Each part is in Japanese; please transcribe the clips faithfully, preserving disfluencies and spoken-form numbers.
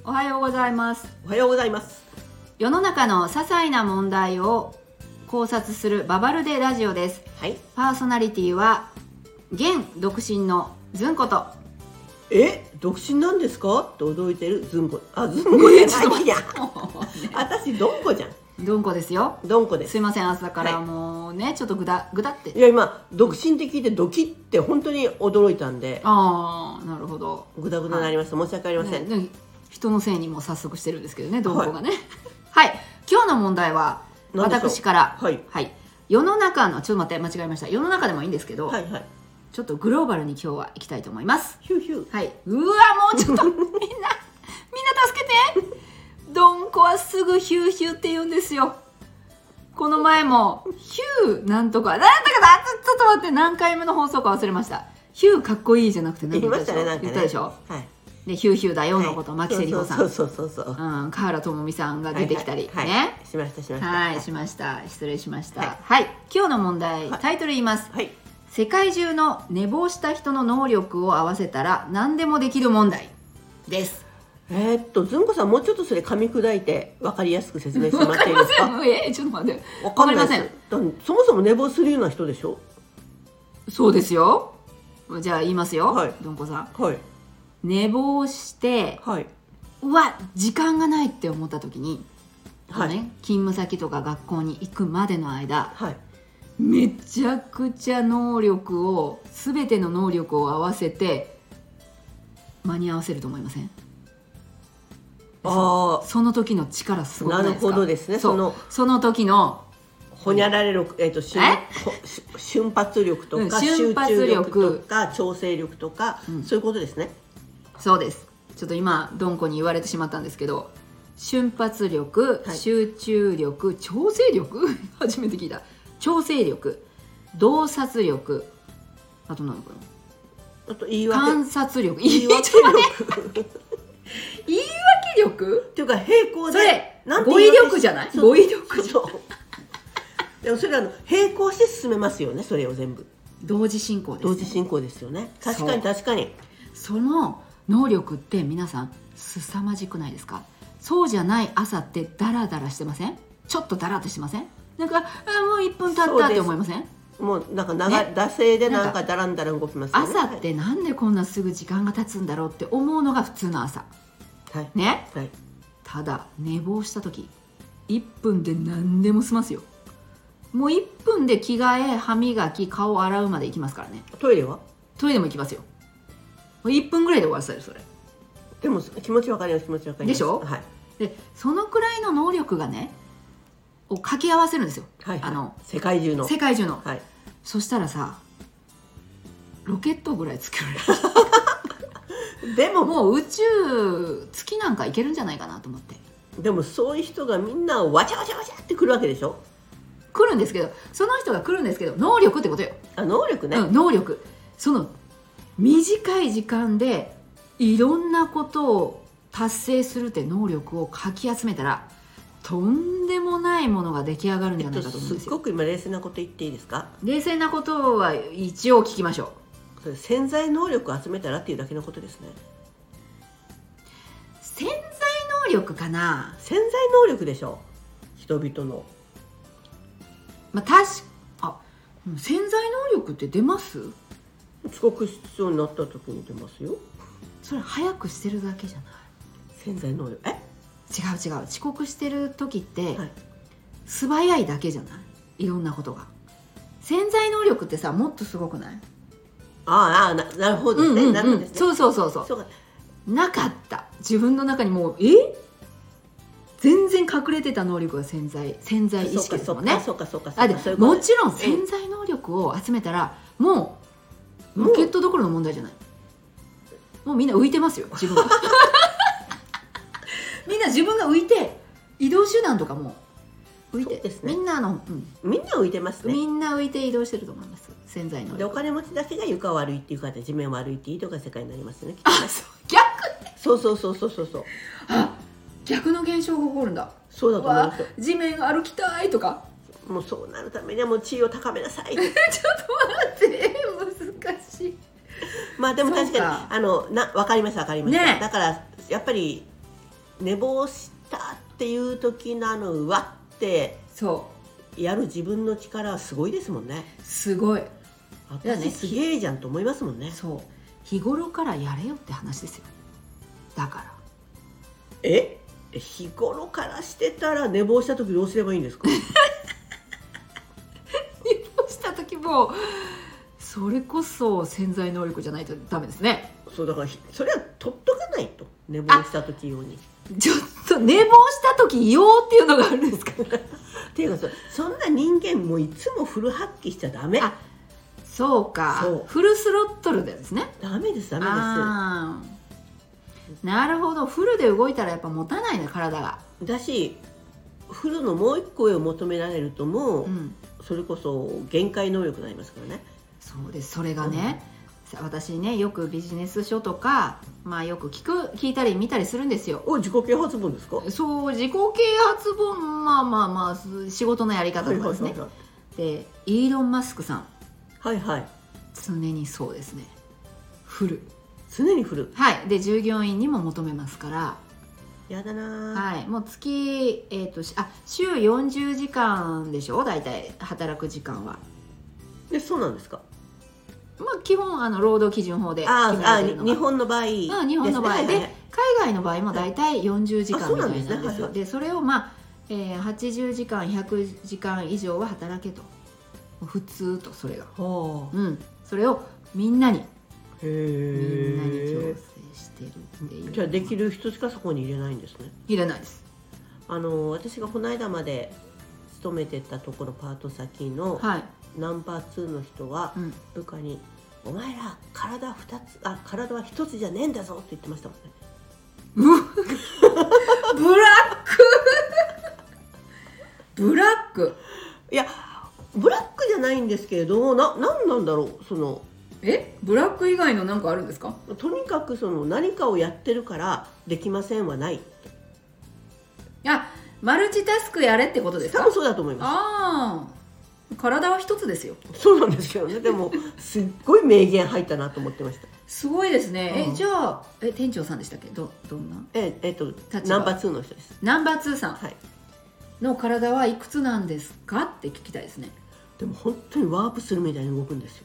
おはようございます。 おはようございます。 世の中の些細な問題を考察するババルデラジオです。 はい。 パーソナリティは現独身のずんこと。 え、独身なんですかって驚いてるずんこ。あ、ずんこじゃないや。私どんこじゃん。 どんこですよ。 どんこです。 すいません、朝からもうね、はい、ちょっとぐだぐだって。 いや、今独身って聞いてドキって本当に驚いたんで。 ああ、なるほど。 ぐだぐだになりました。はい、申し訳ありません。 ね、人のせいにも早速してるんですけどね、どんこがね。はい、はい、今日の問題は私から。 はい。 はい。世の中のちょっと待って、間違えました。世の中でもいいんですけど。 はいはい。 ちょっとグローバルに今日は行きたいと思います。 ヒューヒュー。 はい。うわ、もうちょっとみんなみんな助けて。どんこはすぐヒューヒューって言うんですよ。この前もヒューなんとかなんだかだちょっと待って、何回目の放送か忘れました。ヒューかっこいいじゃなくて何て言ったでしょ。言ったでしょ。はい。でヒューヒューだよのこと、牧瀬里穂さん、 そうそうそうそう、 うん、河原智美さんが出てきたりね。 しましたしました。 はい、しました。失礼しました。はい。今日の問題、タイトル言います。はい。世界中の寝坊した人の能力を合わせたら何でもできる問題です。 えー、っとずんこさん、もうちょっとそれ噛み砕いて分かりやすく説明してもらっていいですか？ えー、ちょっと待って、 分かりません。そもそも寝坊するような人でしょ？ そうですよ。じゃあ言いますよ、 はい、 どんこさん。 はい。 寝坊して、はい、うわ時間がないって思った時に、はいね、勤務先とか学校に行くまでの間、はい、めちゃくちゃ能力を全ての能力を合わせて間に合わせると思いません？あその時の力すごくないですか？ なるほどですね。 そのその時のほにゃられ力、えー、と瞬瞬発力とか、集中力とか調整力とか、うん、そういうことですね。 そうです。ちょっと今どんこに言われてしまったんですけど、瞬発力、はい、集中力、調整力初めて聞いた。調整力、洞察力、あと何かな、あと言い訳、観察力、言い訳力言い訳力っていうか並行で、それ語彙力じゃない？語彙力じゃない？ でもそれは並行して進めますよね。それを全部同時進行です、ね、 同時進行ですよね。確かに確かに。 その能力って皆さん凄まじくないですか？そうじゃない朝ってダラダラしてません？ちょっとダラってしません？なんかあもういっぷん経ったって思いません？ もうなんか長、ね、惰性でなんかダランダラン動きますよね。 朝ってなんでこんなすぐ時間が経つんだろうって思うのが普通の朝、はい、ね、はい、ただ寝坊した時いっぷんで何でも済ますよ。もういっぷんで着替え、歯磨き、顔洗うまで行きますからね。 トイレは？ トイレも行きますよ。いっぷんぐらいで終わらせる。それでも気持ちわかります。気持ちわかりますでしょ、はい、でそのくらいの能力がねを掛け合わせるんですよ、はいはい、あの世界中の世界中の、はい、そしたらさロケットぐらい作れるでももう宇宙月なんか行けるんじゃないかなと思って。 でもそういう人がみんなわちゃわちゃわちゃってくるわけでしょ。 来るんですけど、その人が来るんですけど、能力ってことよ。 あ、能力ね、 うん、能力。その短い時間でいろんなことを達成するって能力をかき集めたらとんでもないものが出来上がるんじゃないかと思うんですよ。 すっごく今冷静なこと言っていいですか？ 冷静なことは一応聞きましょう。それ潜在能力を集めたらっていうだけのことですね。 潜在能力かな？ 潜在能力でしょ、人々の。 まあ確かあ潜在能力って出ます？ 遅刻しそうになった時に出ますよ。 それ早くしてるだけじゃない？ 潜在能力、え？ 違う違う、遅刻してる時って、はい、素早いだけじゃない？いろんなことが。潜在能力ってさ、もっとすごくない？ ああ、な, なるほどですね、うんうんうん、なるほどですね。 そうそうそうそう。そうなかった。自分の中にもうえ全然隠れてた能力が潜在潜在意識ですもんね。 そうかそうかそうか。 あでもちろん潜在能力を集めたら、うん、もうロケットどころの問題じゃない。もうみんな浮いてますよ、自分がみんな自分が浮いて、移動手段とかも浮いて、ですね、みんなの、うん、 みんな浮いてますね。 みんな浮いて移動してると思います。潜在能力で、お金持ちだけが床を歩いていうか地面を歩いていいとか世界になりますね。 あ、そう逆そうそうそうそうそうそう。 あ、逆の現象が起こるんだ。 そうだと思いますよ。 地面歩きたいとか。 もうそうなるためにはもう地位を高めなさいちょっと待って難しい。 まあでも確かにあのな分かります分かります、ね、だからやっぱり寝坊したっていう時なのうわってそうやる自分の力はすごいですもんね。 すごい。 私すげえじゃんと思いますもんね。 そう日頃からやれよって話ですよ。だからえ日頃からしてたら寝坊した時どうすればいいんですか？ 寝坊した時もそれこそ潜在能力じゃないとダメですね。 そうだからそれは取っとかないと、寝坊した時用に。 ちょっと寝坊した時用っていうのがあるんですか？ っていうか そ, そんな人間もいつもフル発揮しちゃダメ。 あ、そうか。 そうフルスロットルですね。 ダメですダメです。 あなるほど。フルで動いたらやっぱ持たないね、体が。 だしフルのもう一個上を求められるともう、うん、それこそ限界能力になりますからね。 そうです。それがね、うん、私ねよくビジネス書とか、まあ、よく聞く聞いたり見たりするんですよ。 お自己啓発本ですか？ そう自己啓発本、まあまあまあ仕事のやり方とかですね、はいはいはいはい、でイーロン・マスクさん、 はいはい、 常にそうですね、フル常にフル、 はいで従業員にも求めますから。 やだな、 はい、もう月、えー、とあ週よんじゅうじかんでしょ、大体働く時間は。 でそうなんですか？ まあ、基本あの労働基準法で決められてるのが、 ああ日本の場合、うん、 日本の場合で、ね、海外の場合も大体よんじゅうじかんみたいなんですよ。 そうなんですね、はいはい、 でそれを、まあえー、はちじゅうじかんひゃくじかん以上は働けと、普通と、それが、 はあ、 うん、それをみんなにへみんなに強制してるっていう。 じゃあできる人しかそこに入れないんですね。 入れないです。 あの私がこの間まで勤めてたところパート先の、はい、ナンバーツーの人は、うん、部下にお前ら体ふたつあ体はひとつじゃねえんだぞって言ってましたもんね。 ブラックブラックいやブラックじゃないんですけれど、ななんなんだろう、そのえブラック以外の何かあるんですか？ とにかくその何かをやってるからできませんはない。いやマルチタスクやれってことですか？ 多分そうだと思います。 ああ体は一つですよ。 そうなんですけどね。でもすっごい名言入ったなと思ってました。 すごいですね。えじゃあえ店長さんでしたっけ？どどんな？ ええっとナンバーツーの人です。 ナンバーツーさん、 はい、 の体はいくつなんですかって聞きたいですね。 でも本当にワープするみたいに動くんですよ。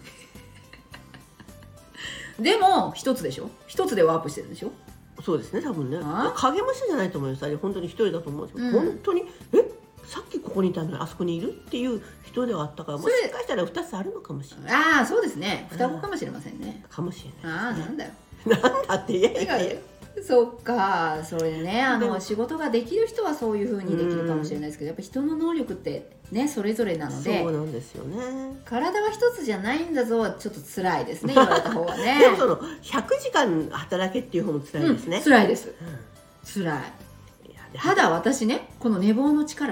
でも一つでしょ？一つでワープしてるんでしょ？ そうですね、多分ね。影武者じゃないと思います。あれ本当に一人だと思うんですよ、うん、本当にえさっきここにいたのにあそこにいるっていう人ではあったから、もしかしたらふたつあるのかもしれない。 ああそうですね、双子かもしれませんね。 かもしれない、 ああなんだよなんだっていやいやいやそっか、それね、あの仕事ができる人はそういう風にできるかもしれないですけど、やっぱ人の能力ってねそれぞれなので、 そうなんですよね。 体は一つじゃないんだぞはちょっと辛いですね、言われた方はね。 でもそのひゃくじかん働けっていう方も辛いですね、 うん、辛いです、うん、辛い。ただ私ね、この寝坊の力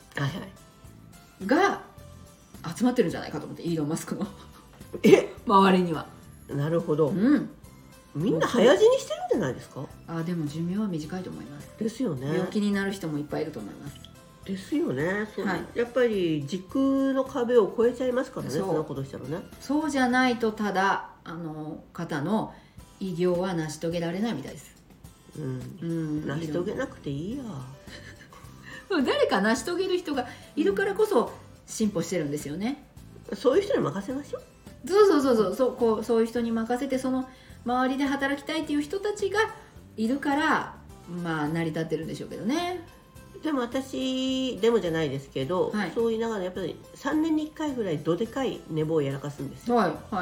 が集まってるんじゃないかと思って、イーロン・マスクのえ周りには。 なるほど、 うん、 みんな早死にしてるんじゃないですか？ あでも寿命は短いと思います。 ですよね。 病気になる人もいっぱいいると思います。 ですよね。そう、 はい、 やっぱり時空の壁を越えちゃいますからね、そんなことしたらね。 そうじゃないとただあの方の偉業は成し遂げられないみたいです。 うん、うん、成し遂げなくていいや。 誰か成し遂げる人がいるからこそ進歩してるんですよね。 そういう人に任せましょう。 そうそうそうそうそう、こうそういう人に任せて、その周りで働きたいっていう人たちがいるからまあ成り立ってるんでしょうけどね。 でも私でもじゃないですけど、はい、そう言いながらやっぱりさんねんにいっかいぐらいどでかい寝坊をやらかすんですよ。 はいはい。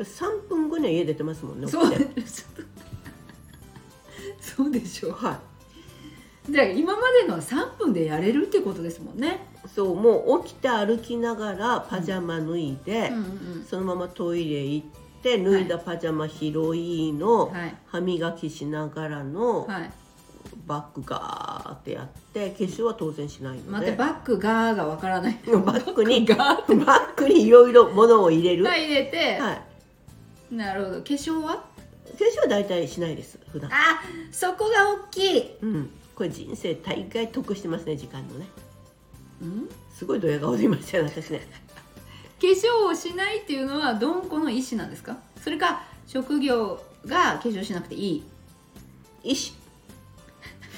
さんぷんごには家出てますもんね。 そうそうでしょう。はい。じゃあ今までのはさんぷんでやれるってことですもんね。 そう、もう起きて歩きながらパジャマ脱いで、うんうんうん、そのままトイレ行って脱いだパジャマ拾いの、はい、歯磨きしながらの、はい、バッグガーってやって化粧は当然しないので。 待って、バッグガーがわからない。 バッグにバッグにいろいろ物を入れる。 入れて、はい、なるほど。化粧は？ 化粧は大体しないです普段。 あ、そこが大きい。 うん、これ人生大概得してますね、時間のね。 うん、 すごいドヤ顔で言いましたよね、私ね。 化粧をしないっていうのはどんこの意思なんですか？それか職業が化粧しなくていい意思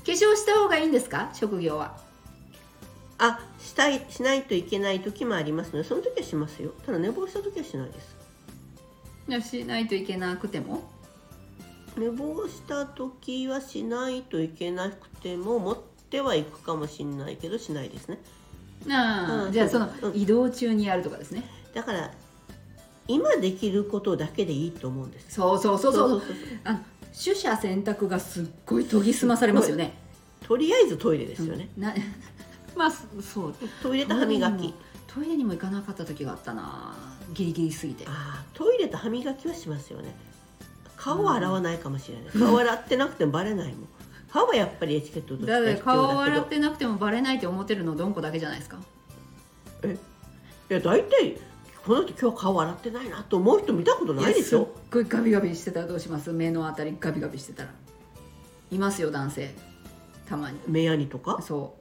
粧した方がいいんですか、職業は。 あ、したいしないといけない時もありますので、その時はしますよ。ただ寝坊した時はしないです。 いや、しないといけなくても。 寝坊した時はしないといけなくても持ってはいくかもしれないけどしないですね。 あ、うん、じゃあその移動中にやるとかですね。 だから今できることだけでいいと思うんです。 そうそうそうそう。あの取捨選択がすっごい研ぎ澄まされますよね。 とりあえずトイレですよね。 うん、なまあそう。 トイレと歯磨き。 トイレにも行かなかった時があったな。ギリギリすぎて。 ああ、トイレと歯磨きはしますよね。顔は洗わないかもしれない。うん、顔洗ってなくてもバレないもん。歯はやっぱりエチケットとして必要だけど。 顔洗ってなくてもバレないって思ってるのどんこだけじゃないですか。 え、いや大体この人今日顔洗ってないなと思う人見たことないでしょ。 すっごいガビガビしてたらどうします？目のあたりガビガビしてたら。いますよ男性。たまに。 目やにとか。 そう。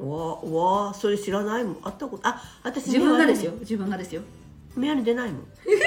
わあわあ、それ知らないもん。あったこと。あ、私自分がですよ。自分がですよ。 目やに出ないもん。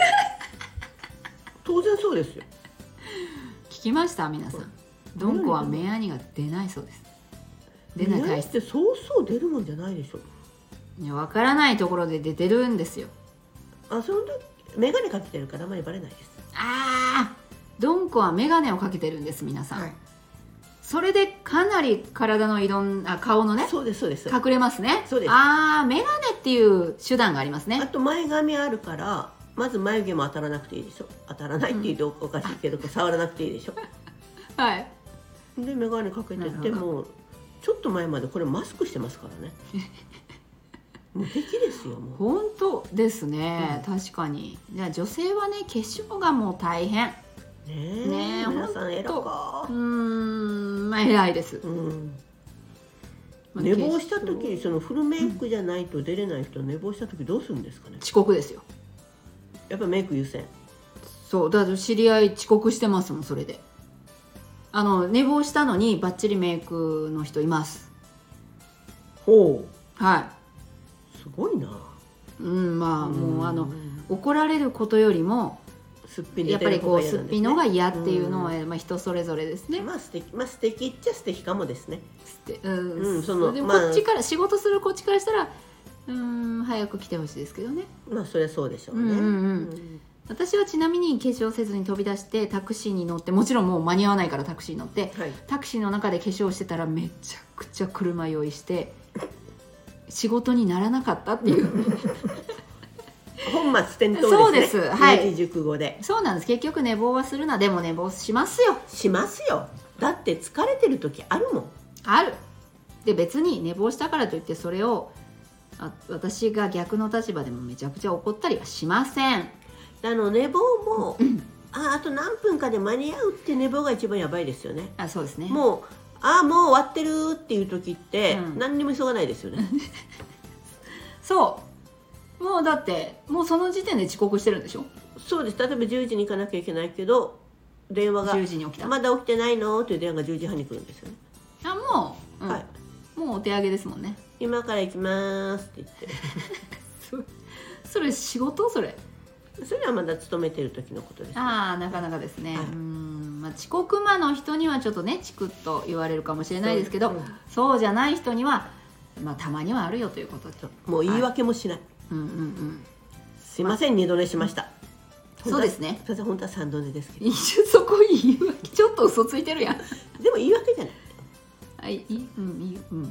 当然そうですよ。 聞きました皆さん。どんこは目やにが出ないそうです。 出ない体質ってそうそう出るもんじゃないでしょ。 いや、分からないところで出てるんですよ。 あ、その時眼鏡かけてるからあまりバレないです。 ああ、どんこは眼鏡をかけてるんです皆さん。はい、それでかなり体のいろんな顔のね、 そうですそうです、 隠れますね。 そうです。 ああ、眼鏡っていう手段がありますね。 あと前髪あるからまず眉毛も当たらなくていいでしょ。当たらないっていうとおかしいけど、うん、触らなくていいでしょ。 はい。 で眼鏡かけててもちょっと前までこれマスクしてますからね。無敵ですよ。もう本当ですね、うん、確かに。じゃあ女性はね、化粧がもう大変。 ねえ、ねえ、皆さん偉か。 うーん、まあ偉いです。うん、 寝坊した時、そのフルメイクじゃないと出れない人、寝坊した時どうするんですかね。 遅刻ですよ。 やっぱメイク優先。 そうだから、知り合い遅刻してますもん。それであの寝坊したのにバッチリメイクの人います。 ほう。はい。 すごいな。 うん、まあもうあの怒られることよりもすっぴんやっぱりこうすっぴんのが嫌っていうのは、まあ人それぞれですね。 まあ素敵、まあ素敵っちゃ素敵かもですね。 うん、そのでもこっちから、仕事するこっちからしたら、うん、早く来てほしいですけどね。 まあそれはそうでしょうね。うんうんうん、 私はちなみに化粧せずに飛び出してタクシーに乗って、もちろんもう間に合わないからタクシーに乗って、はい、タクシーの中で化粧してたらめちゃくちゃ車酔いして仕事にならなかったっていう本末転倒ですね。 そうです、はい、 四字熟語で。 そうなんです。結局寝坊はするな。でも寝坊しますよ。 しますよ。だって疲れてる時あるもん。ある。 で別に寝坊したからといってそれをあ私が逆の立場でもめちゃくちゃ怒ったりはしません。 あの寝坊も、うん、ああと何分かで間に合うって寝坊が一番やばいですよね。 あ、そうですね。 もうああもう終わってるっていう時って、うん、何にも急がないですよね。 そうもうだってもうその時点で遅刻してるんでしょ。 そうです。例えばじゅうじに行かなきゃいけないけど電話がじゅうじに起きた、 まだ起きてないのっていう電話がじゅうじはんに来るんですよね。 あ、もう、うん、はい、もうお手上げですもんね。 今から行きますって言ってそ, それ仕事？それそれはまだ勤めてる時のことです、ね、 ああ、なかなかですね、はい、うん、まあ、遅刻魔の人にはちょっとねチクッと言われるかもしれないですけど、そう、うん、そうじゃない人には、まあ、たまにはあるよということで、 もう言い訳もしない、はい、 うんうんうん、 すいません、まあ、二度寝しました、 うん、そうですね。 本当は三度寝ですけどそこ言い訳ちょっと嘘ついてるやんでも言い訳じゃない。 はい、いい、うん、いい、うん、うん、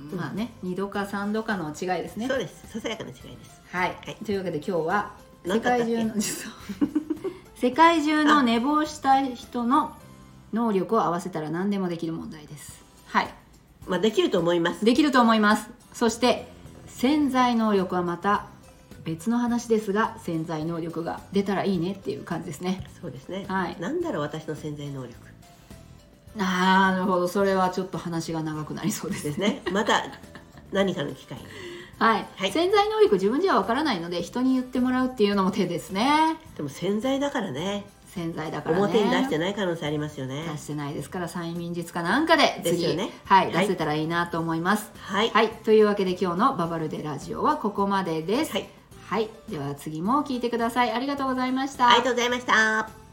うん、まあね、二度か三度かの違いですね。 そうです。ささやかな違いです。 はい、はい、というわけで今日は世界中の世界中の寝坊した人の能力を合わせたら何でもできる問題です。はい。 まあできると思います。 できると思います。そして潜在能力はまた別の話ですが、潜在能力が出たらいいねっていう感じですね。 そうですね。 はい。 なんだろう私の潜在能力。 ああ、なるほど。それはちょっと話が長くなりそうですですね。また何かの機会に。 はい、はい、潜在能力自分じゃわからないので人に言ってもらうっていうのも手ですね。 でも潜在だからね。 潜在だからね。 表に出してない可能性ありますよね。 出してないですから催眠術かなんかで次、ですよね、はい、はい、出せたらいいなと思います。はい、はい、というわけで今日のババルデラジオはここまでです。はい、はい、では次も聞いてください。ありがとうございました。 ありがとうございました。